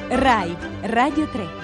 Rai Radio 3.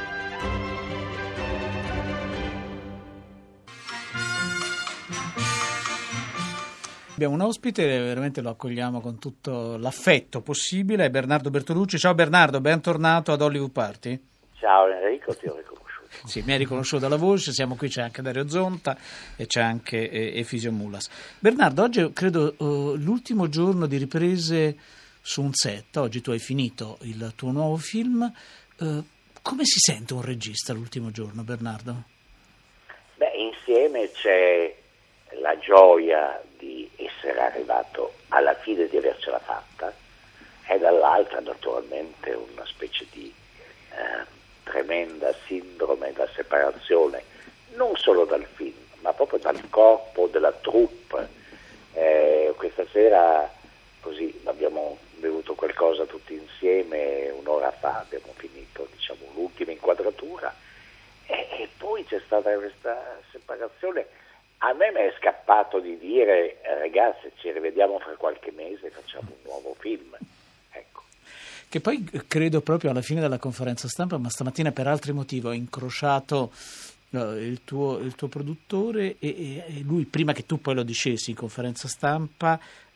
Abbiamo un ospite, veramente lo accogliamo con tutto l'affetto possibile, è Bernardo Bertolucci. Ciao Bernardo, bentornato ad Hollywood Party. Ciao Enrico, ti ho riconosciuto. Sì, mi hai riconosciuto dalla voce, siamo qui, c'è anche Dario Zonta e c'è anche Efisio Mulas. Bernardo, oggi è credo l'ultimo giorno di riprese su un set, oggi tu hai finito il tuo nuovo film. Come si sente un regista l'ultimo giorno, Bernardo? Beh, insieme c'è la gioia di essere arrivato alla fine, di avercela fatta, e dall'altra naturalmente una specie di tremenda sindrome da separazione, non solo dal film, ma proprio dal corpo, della troupe. Questa sera così abbiamo bevuto qualcosa tutti insieme, un'ora fa abbiamo finito, diciamo, l'ultima inquadratura e poi c'è stata questa separazione. A me mi è scappato di dire: ragazzi, ci rivediamo fra qualche mese e facciamo un nuovo film. Ecco. Che poi credo proprio alla fine della conferenza stampa, ma stamattina per altri motivi ho incrociato il tuo produttore e lui, prima che tu poi lo dicessi in conferenza stampa,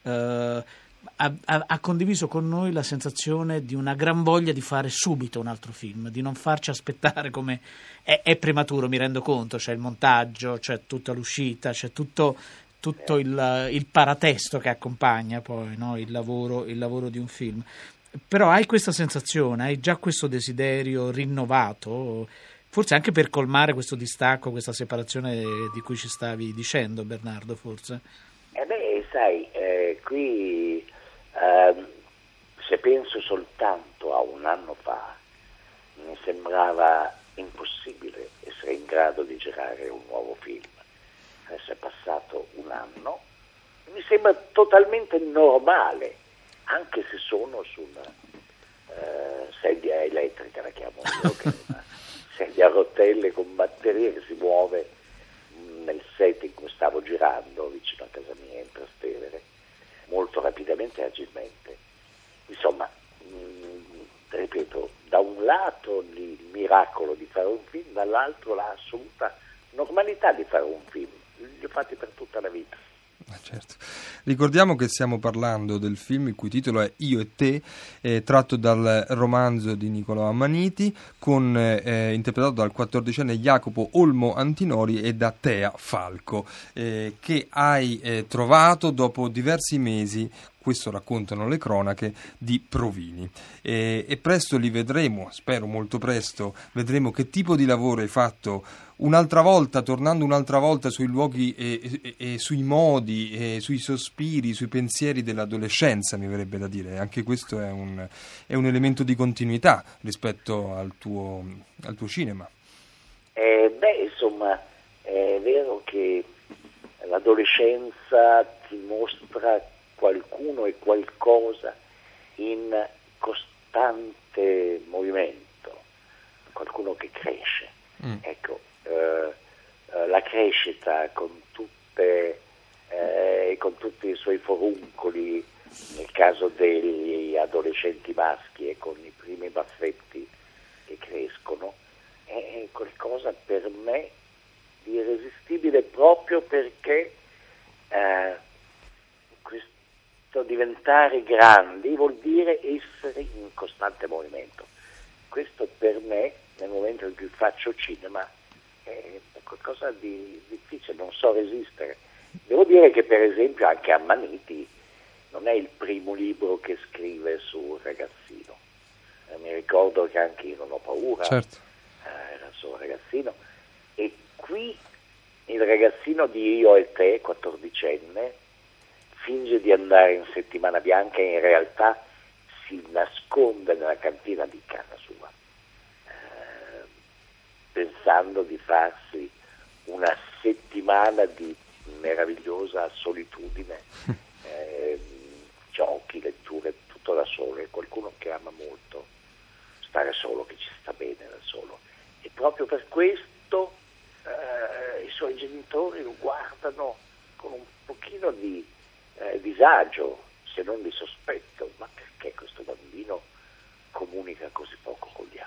ha condiviso con noi la sensazione di una gran voglia di fare subito un altro film, di non farci aspettare, come è prematuro, mi rendo conto, c'è il montaggio, c'è tutta l'uscita, c'è tutto il paratesto che accompagna poi, no? il lavoro di un film. Però hai questa sensazione, hai già questo desiderio rinnovato, forse anche per colmare questo distacco, questa separazione di cui ci stavi dicendo, Bernardo, forse? Sai, qui se penso soltanto a un anno fa, mi sembrava impossibile essere in grado di girare un nuovo film. Adesso è passato un anno, mi sembra totalmente normale, anche se sono su una sedia elettrica, la chiamo io, che è una sedia a rotelle con batterie che si muove nel set in cui stavo girando, vicino a casa mia in Trastevere, molto rapidamente e agilmente. Insomma, ripeto, da un lato il miracolo di fare un film, dall'altro l'assoluta normalità di fare un film. Li ho fatti per tutta la vita. Certo. Ricordiamo che stiamo parlando del film il cui titolo è Io e te, tratto dal romanzo di Niccolò Ammaniti, interpretato dal 14enne Jacopo Olmo Antinori e da Tea Falco, che hai trovato dopo diversi mesi. Questo raccontano le cronache di Provini, e presto li vedremo, spero molto presto, vedremo che tipo di lavoro hai fatto un'altra volta, tornando un'altra volta sui luoghi e sui modi, sui sospiri, sui pensieri dell'adolescenza, mi verrebbe da dire. Anche questo è un elemento di continuità rispetto al tuo cinema. Insomma, è vero che l'adolescenza ti mostra qualcuno e qualcosa in costante movimento, qualcuno che cresce. Ecco, la crescita con tutti i suoi foruncoli, nel caso degli adolescenti maschi e con i primi baffetti che crescono, è qualcosa per me di irresistibile, proprio perché questo diventare grandi vuol dire essere in costante movimento. Questo per me, nel momento in cui faccio cinema, è qualcosa di difficile, non so resistere. Devo dire che per esempio anche Ammaniti non è il primo libro che scrive sul ragazzino. Mi ricordo che anche io Non ho paura, certo, era il suo ragazzino, e qui il ragazzino di Io e te, 14enne, finge di andare in settimana bianca e in realtà si nasconde nella cantina di casa sua, pensando di farsi una settimana di meravigliosa solitudine, giochi, letture, tutto da solo. È qualcuno che ama molto stare solo, che ci sta bene da solo, e proprio per questo i suoi genitori lo guardano con un pochino di disagio, se non di sospetto. Ma perché questo bambino comunica così poco con gli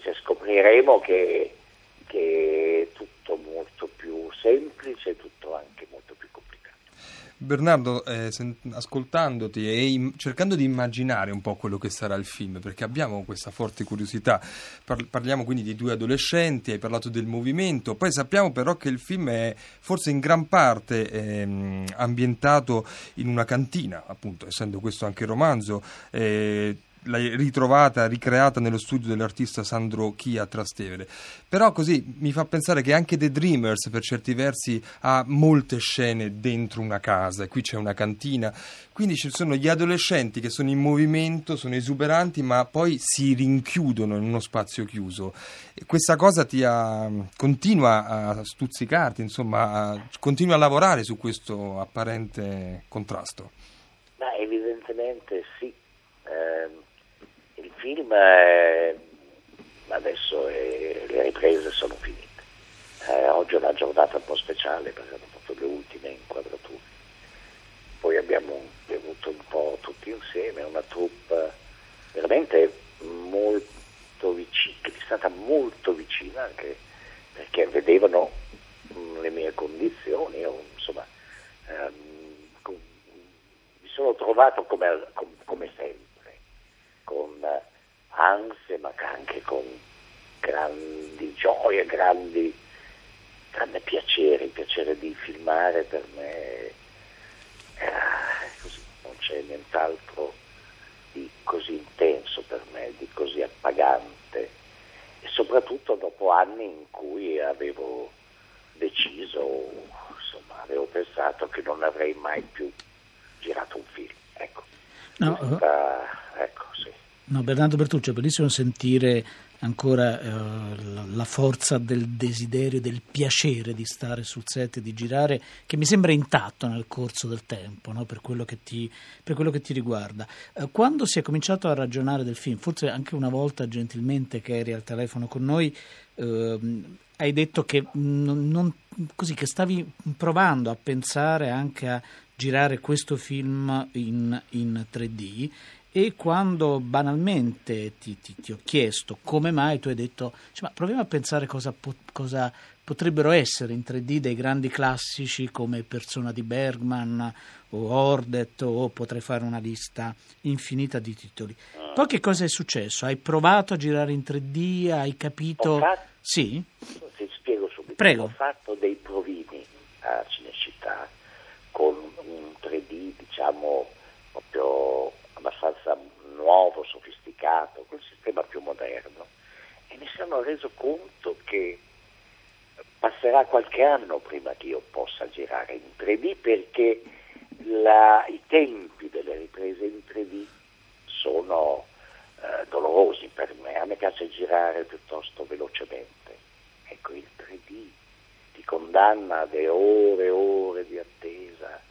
invece scopriremo che è tutto molto più semplice, tutto anche molto più complicato. Bernardo, ascoltandoti e cercando di immaginare un po' quello che sarà il film, perché abbiamo questa forte curiosità, parliamo quindi di due adolescenti, hai parlato del movimento, poi sappiamo però che il film è forse in gran parte ambientato in una cantina, appunto, essendo questo anche il romanzo, l'hai ritrovata, ricreata nello studio dell'artista Sandro Chia a Trastevere. Però così mi fa pensare che anche The Dreamers per certi versi ha molte scene dentro una casa, e qui c'è una cantina, quindi ci sono gli adolescenti che sono in movimento, sono esuberanti, ma poi si rinchiudono in uno spazio chiuso. E questa cosa continua a stuzzicarti, insomma, continua a lavorare su questo apparente contrasto. Ma evidentemente sì. Il film adesso le riprese sono finite. Oggi è una giornata un po' speciale perché hanno fatto le ultime inquadrature. Poi abbiamo bevuto un po' tutti insieme, una troupe veramente molto vicina, che è stata molto vicina anche perché vedevano le mie condizioni. Io, insomma, mi sono trovato come sempre, con ansie ma anche con grandi gioie, grande piacere. Il piacere di filmare per me così, non c'è nient'altro di così intenso per me, di così appagante, e soprattutto dopo anni in cui avevo deciso, insomma, avevo pensato che non avrei mai più girato un film. Ecco, No, ecco, sì. No, Bernardo Bertucci, è bellissimo sentire ancora la forza del desiderio, del piacere di stare sul set e di girare, che mi sembra intatto nel corso del tempo, no? Per quello che ti riguarda. Quando si è cominciato a ragionare del film, forse anche una volta gentilmente che eri al telefono con noi, hai detto che così che stavi provando a pensare anche a girare questo film in 3D. E quando banalmente ti ho chiesto come mai, tu hai detto, cioè, ma proviamo a pensare cosa potrebbero essere in 3D dei grandi classici come Persona di Bergman o Ordet, o potrei fare una lista infinita di titoli. Poi che cosa è successo? Hai provato a girare in 3D? Hai capito? Sì? Ti spiego subito. Prego. Ho fatto dei provini a Cinecittà con un 3D, diciamo, proprio abbastanza nuovo, sofisticato, col sistema più moderno, e mi sono reso conto che passerà qualche anno prima che io possa girare in 3D, perché i tempi delle riprese in 3D sono dolorosi per me. A me piace girare piuttosto velocemente. Ecco, il 3D ti condanna a delle ore e ore di attesa.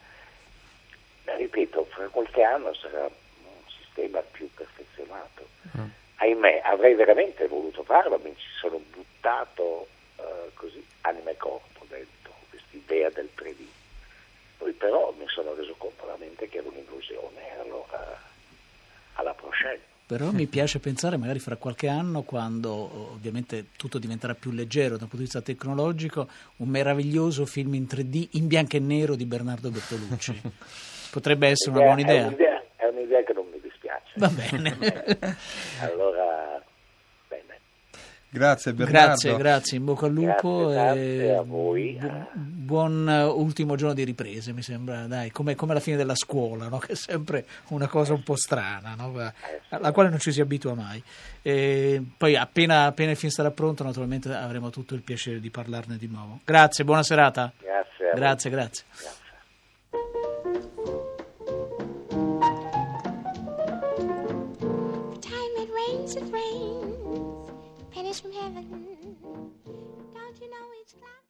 Ripeto, fra qualche anno sarà un sistema più perfezionato. Ahimè, avrei veramente voluto farlo, mi ci sono buttato così, anima e corpo dentro quest'idea del 3D. Poi però mi sono reso conto veramente che era un'illusione, e allora alla prochaine. Però mi piace pensare magari fra qualche anno, quando ovviamente tutto diventerà più leggero dal punto di vista tecnologico, un meraviglioso film in 3D in bianco e nero di Bernardo Bertolucci. Potrebbe essere una buona idea. È un'idea che non mi dispiace. Va bene. Allora, bene. Grazie Bernardo. Grazie, in bocca al lupo. Grazie a voi. Buon ultimo giorno di riprese, mi sembra, dai, come la fine della scuola, no? Che è sempre una cosa un po' strana, no? Alla quale non ci si abitua mai. Poi appena il film sarà pronto, naturalmente avremo tutto il piacere di parlarne di nuovo. Grazie, buona serata. Grazie. Grazie. It rains, pennies from heaven. Don't you know it's cloudy?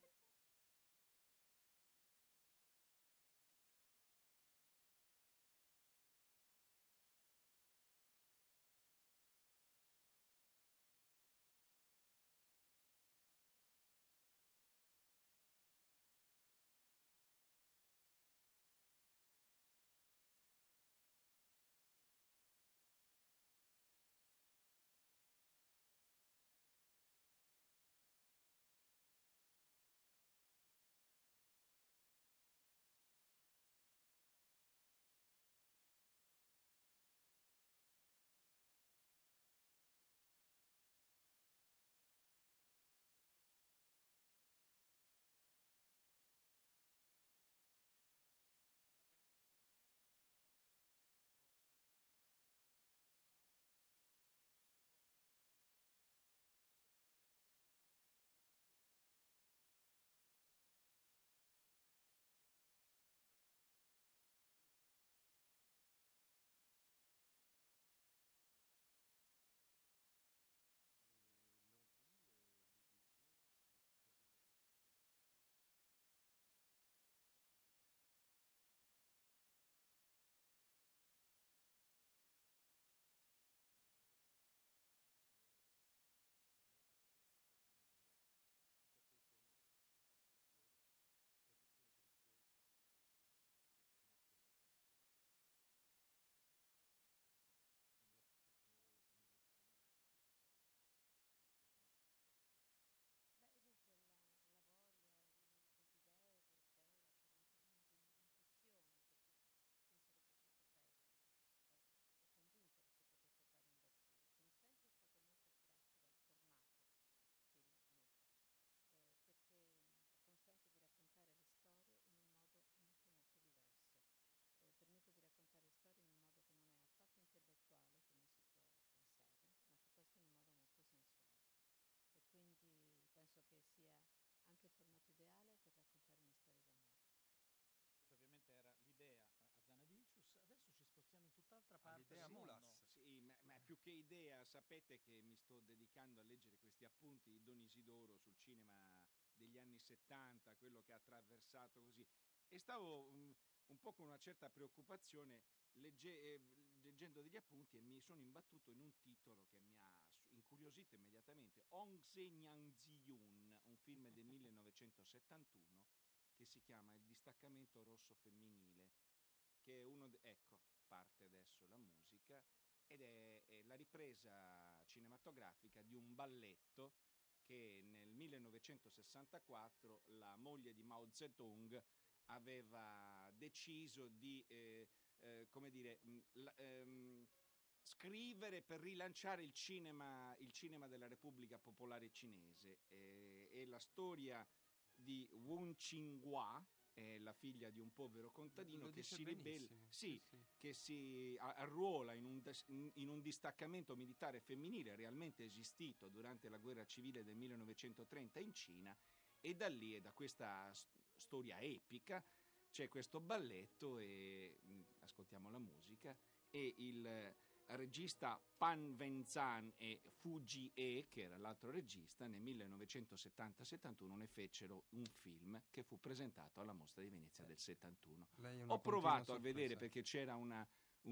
tutt'altra parte L'idea del mondo. Mulas. Sì, ma più che idea, sapete che mi sto dedicando a leggere questi appunti di Don Isidoro sul cinema degli anni 70, quello che ha attraversato così. E stavo un po' con una certa preoccupazione leggendo degli appunti e mi sono imbattuto in un titolo che mi ha incuriosito immediatamente. Ong Se Nyang Zi-yun, un film del 1971 che si chiama Il distaccamento rosso femminile, che è ecco, parte adesso la musica, ed è la ripresa cinematografica di un balletto che nel 1964 la moglie di Mao Zedong aveva deciso di scrivere per rilanciare il cinema della Repubblica Popolare Cinese. È la storia di Wen Qinghua, è la figlia di un povero contadino Lo che dice si ribella, benissimo. Sì. che si arruola in un distaccamento militare femminile realmente esistito durante la guerra civile del 1930 in Cina, e da lì, e da questa storia epica, c'è questo balletto e ascoltiamo la musica, e il regista Pan Wenzhan e Fu Ji-e, che era l'altro regista, nel 1970-71 ne fecero un film che fu presentato alla Mostra di Venezia del 71. Ho provato a vedere perché c'era un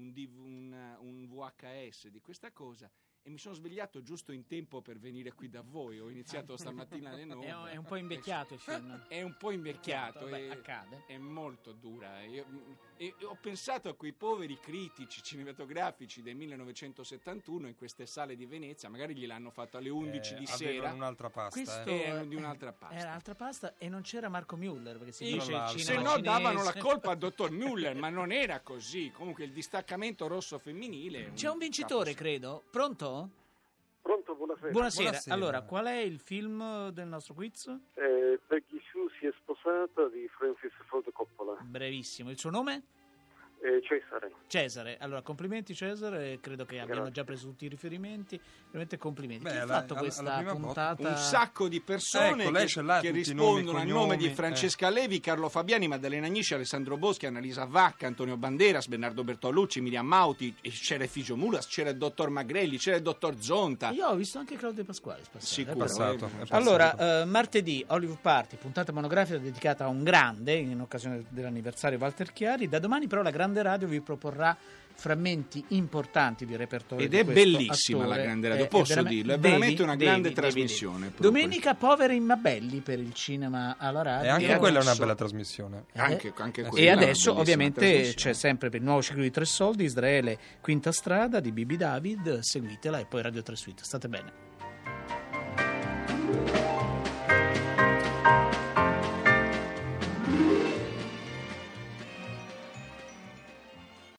VHS di questa cosa e mi sono svegliato giusto in tempo per venire qui da voi. Ho iniziato stamattina alle 9. È un po' invecchiato il film. È un po' invecchiato, accade. è molto dura. E ho pensato a quei poveri critici cinematografici del 1971 in queste sale di Venezia, magari gliel'hanno fatto alle 11 di sera. Avevano un'altra pasta. Questo Erano di un'altra pasta. Era un'altra pasta e non c'era Marco Müller, perché si Sì, dice il se Se cinema no cinese. davano la colpa al dottor Müller, ma non era così. Comunque il distaccamento rosso femminile. C'è un vincitore, credo. Pronto? Pronto, buonasera. Buonasera. Allora, qual è il film del nostro quiz? Peggy Sue si è sposata di Francis Ford Coppola. Brevissimo. Il suo nome? Cesare. Cesare. Allora, complimenti Cesare, credo che abbiamo Grazie. già preso tutti i riferimenti. Veramente complimenti. Beh, Chi ha alla- fatto alla questa prima puntata? Un sacco di persone Ecco, lei ce l'ha che tutti i rispondono nomi, al nome di cognomi, Francesca Levi, Carlo Fabiani, Maddalena Agnisci, Alessandro Boschi, Annalisa Vacca, Antonio Banderas, Bernardo Bertolucci, Miriam Mauti, c'era Efigio Mulas, c'era il dottor Magrelli, c'era il dottor Zonta. Io ho visto anche Claudio Pasquale. Sicuro. È passato. Allora, martedì Hollywood Party, puntata monografica dedicata a un grande in occasione dell'anniversario Walter Chiari. Da domani però la Grande Radio vi proporrà frammenti importanti di repertorio Ed di è questo bellissima attore. la Grande Radio, posso dirlo, è veramente una grande trasmissione. proprio. Domenica Povere Immabelli per il cinema alla radio. E anche E quella è una adesso- bella trasmissione. Anche E quella è una adesso bellissima ovviamente trasmissione. c'è sempre per il nuovo ciclo di Tre Soldi, Israele Quinta Strada di Bibi David, seguitela, e poi Radio 3 Suite. State bene.